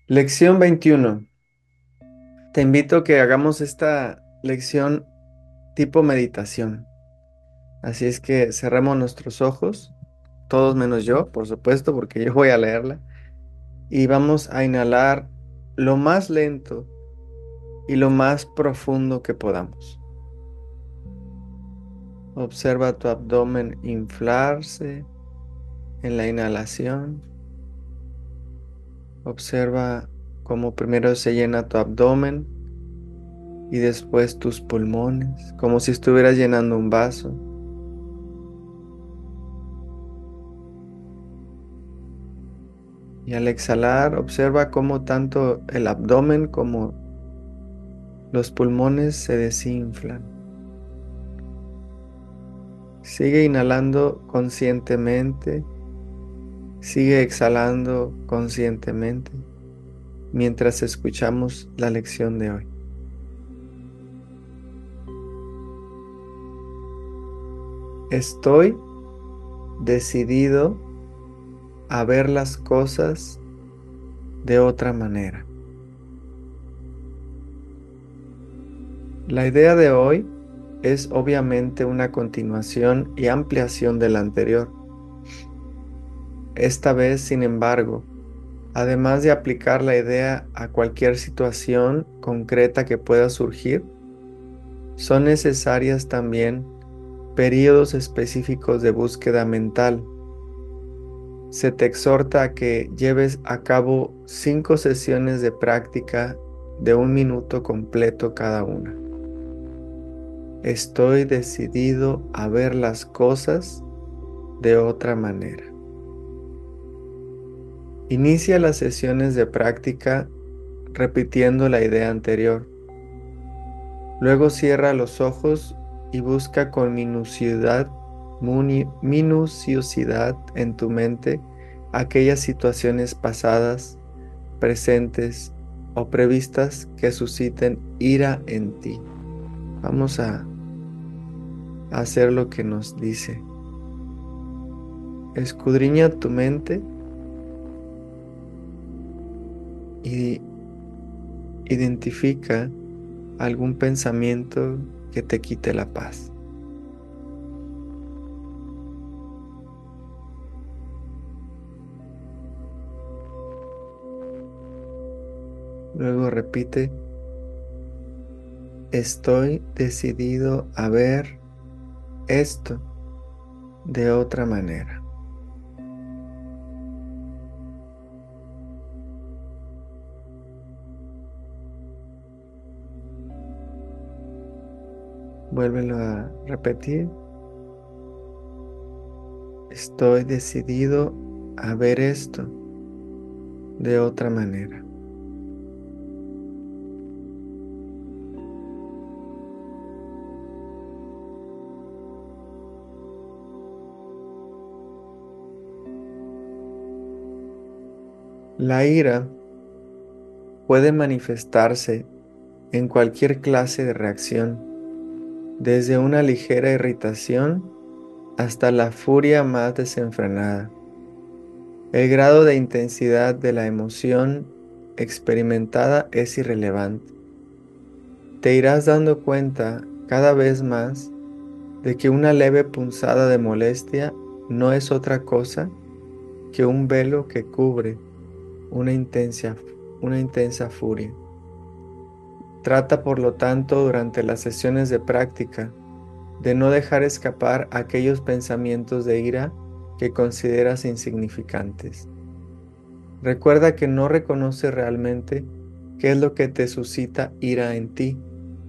Lección 21. Te invito a que hagamos esta lección tipo meditación. Así es que cerremos nuestros ojos, todos menos yo, por supuesto, porque yo voy a leerla. Y vamos a inhalar lo más lento y lo más profundo que podamos. Observa tu abdomen inflarse en la inhalación. Observa cómo primero se llena tu abdomen y después tus pulmones, como si estuvieras llenando un vaso. Y al exhalar, observa cómo tanto el abdomen como los pulmones se desinflan. Sigue inhalando conscientemente, sigue exhalando conscientemente mientras escuchamos la lección de hoy. Estoy decidido a ver las cosas de otra manera. La idea de hoy es obviamente una continuación y ampliación de la anterior. Esta vez, sin embargo, además de aplicar la idea a cualquier situación concreta que pueda surgir, son necesarias también periodos específicos de búsqueda mental. Se te exhorta a que lleves a cabo 5 sesiones de práctica de 1 minuto completo cada una. Estoy decidido a ver las cosas de otra manera. Inicia las sesiones de práctica repitiendo la idea anterior. Luego cierra los ojos y busca con minuciosidad en tu mente aquellas situaciones pasadas, presentes o previstas que susciten ira en ti. Vamos a hacer lo que nos dice. Escudriña tu mente y identifica algún pensamiento que te quite la paz. Luego repite, estoy decidido a ver esto de otra manera. Vuélvelo a repetir. Estoy decidido a ver esto de otra manera. La ira puede manifestarse en cualquier clase de reacción, desde una ligera irritación hasta la furia más desenfrenada. El grado de intensidad de la emoción experimentada es irrelevante. Te irás dando cuenta cada vez más de que una leve punzada de molestia no es otra cosa que un velo que cubre una intensa furia. Trata, por lo tanto, durante las sesiones de práctica, de no dejar escapar aquellos pensamientos de ira que consideras insignificantes. Recuerda que no reconoces realmente qué es lo que te suscita ira en ti,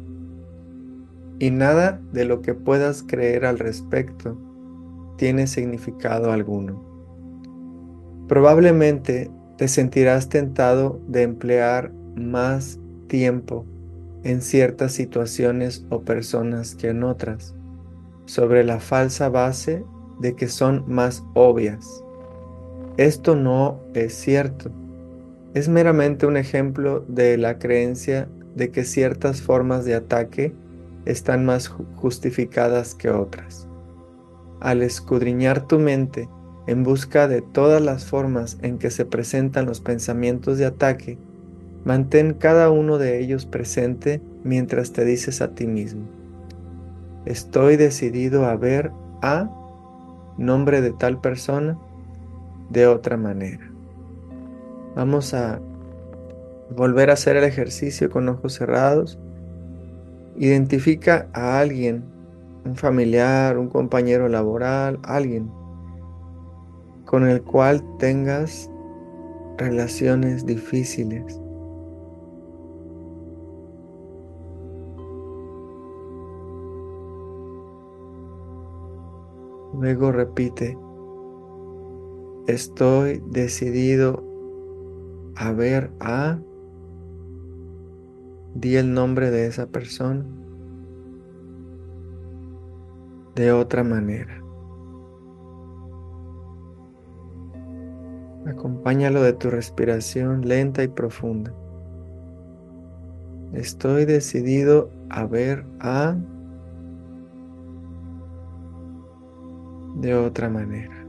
y nada de lo que puedas creer al respecto tiene significado alguno. Probablemente te sentirás tentado de emplear más tiempo en ciertas situaciones o personas que en otras, sobre la falsa base de que son más obvias. Esto no es cierto. Es meramente un ejemplo de la creencia de que ciertas formas de ataque están más justificadas que otras. Al escudriñar tu mente en busca de todas las formas en que se presentan los pensamientos de ataque, Mantén cada uno de ellos presente mientras te dices a ti mismo: estoy decidido a ver a nombre de tal persona de otra manera. Vamos a volver a hacer el ejercicio con ojos cerrados. Identifica a alguien, un familiar, un compañero laboral, alguien con el cual tengas relaciones difíciles. Luego repite: estoy decidido a ver a, di el nombre de esa persona de otra manera. Acompáñalo de tu respiración lenta y profunda. Estoy decidido a ver a de otra manera.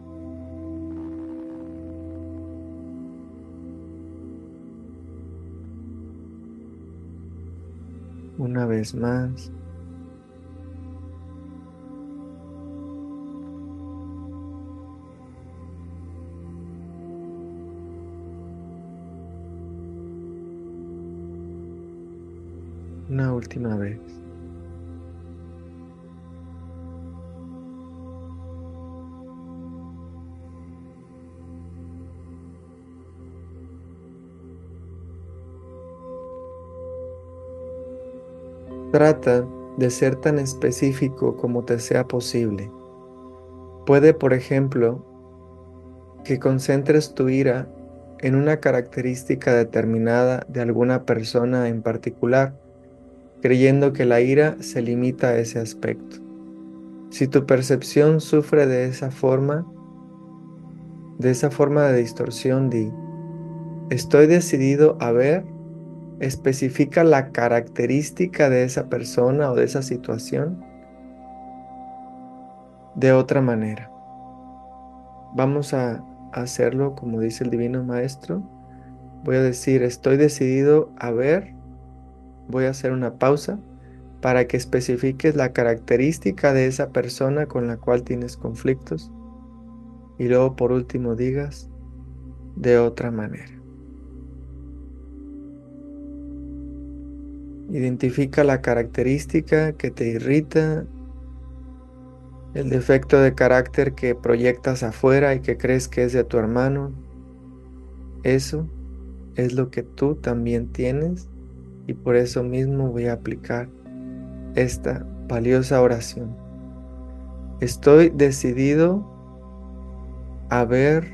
Una vez más. Una última vez. Trata de ser tan específico como te sea posible. Puede, por ejemplo, que concentres tu ira en una característica determinada de alguna persona en particular, creyendo que la ira se limita a ese aspecto. Si tu percepción sufre de esa forma de distorsión, di: estoy decidido a ver, especifica la característica de esa persona o de esa situación de otra manera. Vamos a hacerlo como dice el Divino Maestro. Voy a decir: estoy decidido a ver, voy a hacer una pausa para que especifiques la característica de esa persona con la cual tienes conflictos y luego por último digas: de otra manera. Identifica la característica que te irrita, el defecto de carácter que proyectas afuera y que crees que es de tu hermano. Eso es lo que tú también tienes y por eso mismo voy a aplicar esta valiosa oración. Estoy decidido a ver,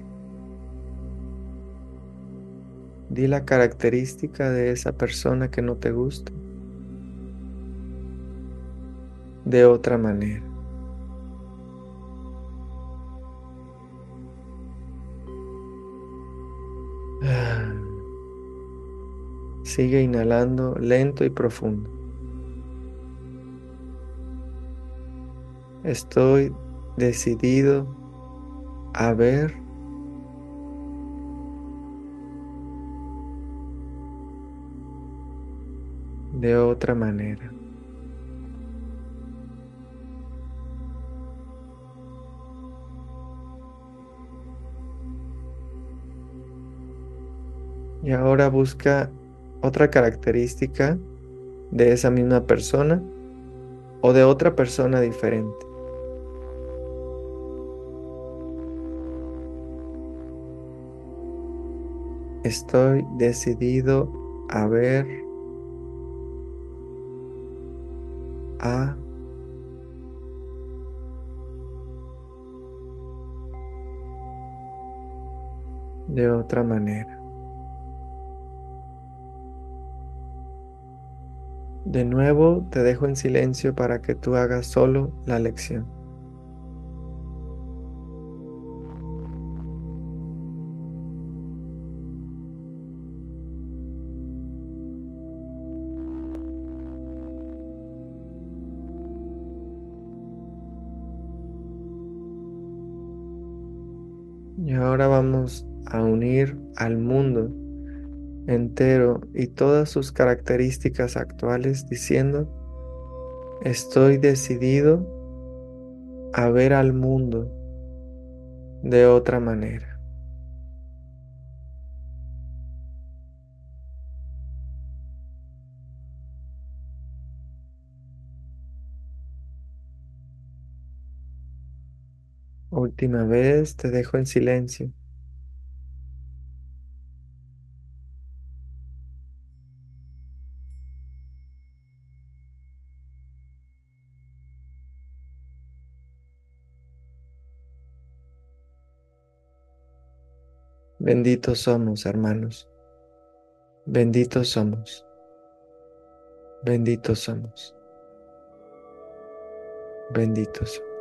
di la característica de esa persona que no te gusta de otra manera. Ah, Sigue inhalando lento y profundo. Estoy decidido a ver de otra manera. Y ahora busca otra característica de esa misma persona o de otra persona diferente. Estoy decidido a ver a de otra manera. De nuevo te dejo en silencio para que tú hagas solo la lección. Y ahora vamos a unir al mundo entero y todas sus características actuales, diciendo, estoy decidido a ver al mundo de otra manera. Última vez, te dejo en silencio. Benditos somos, hermanos. Benditos somos. Benditos somos. Benditos somos.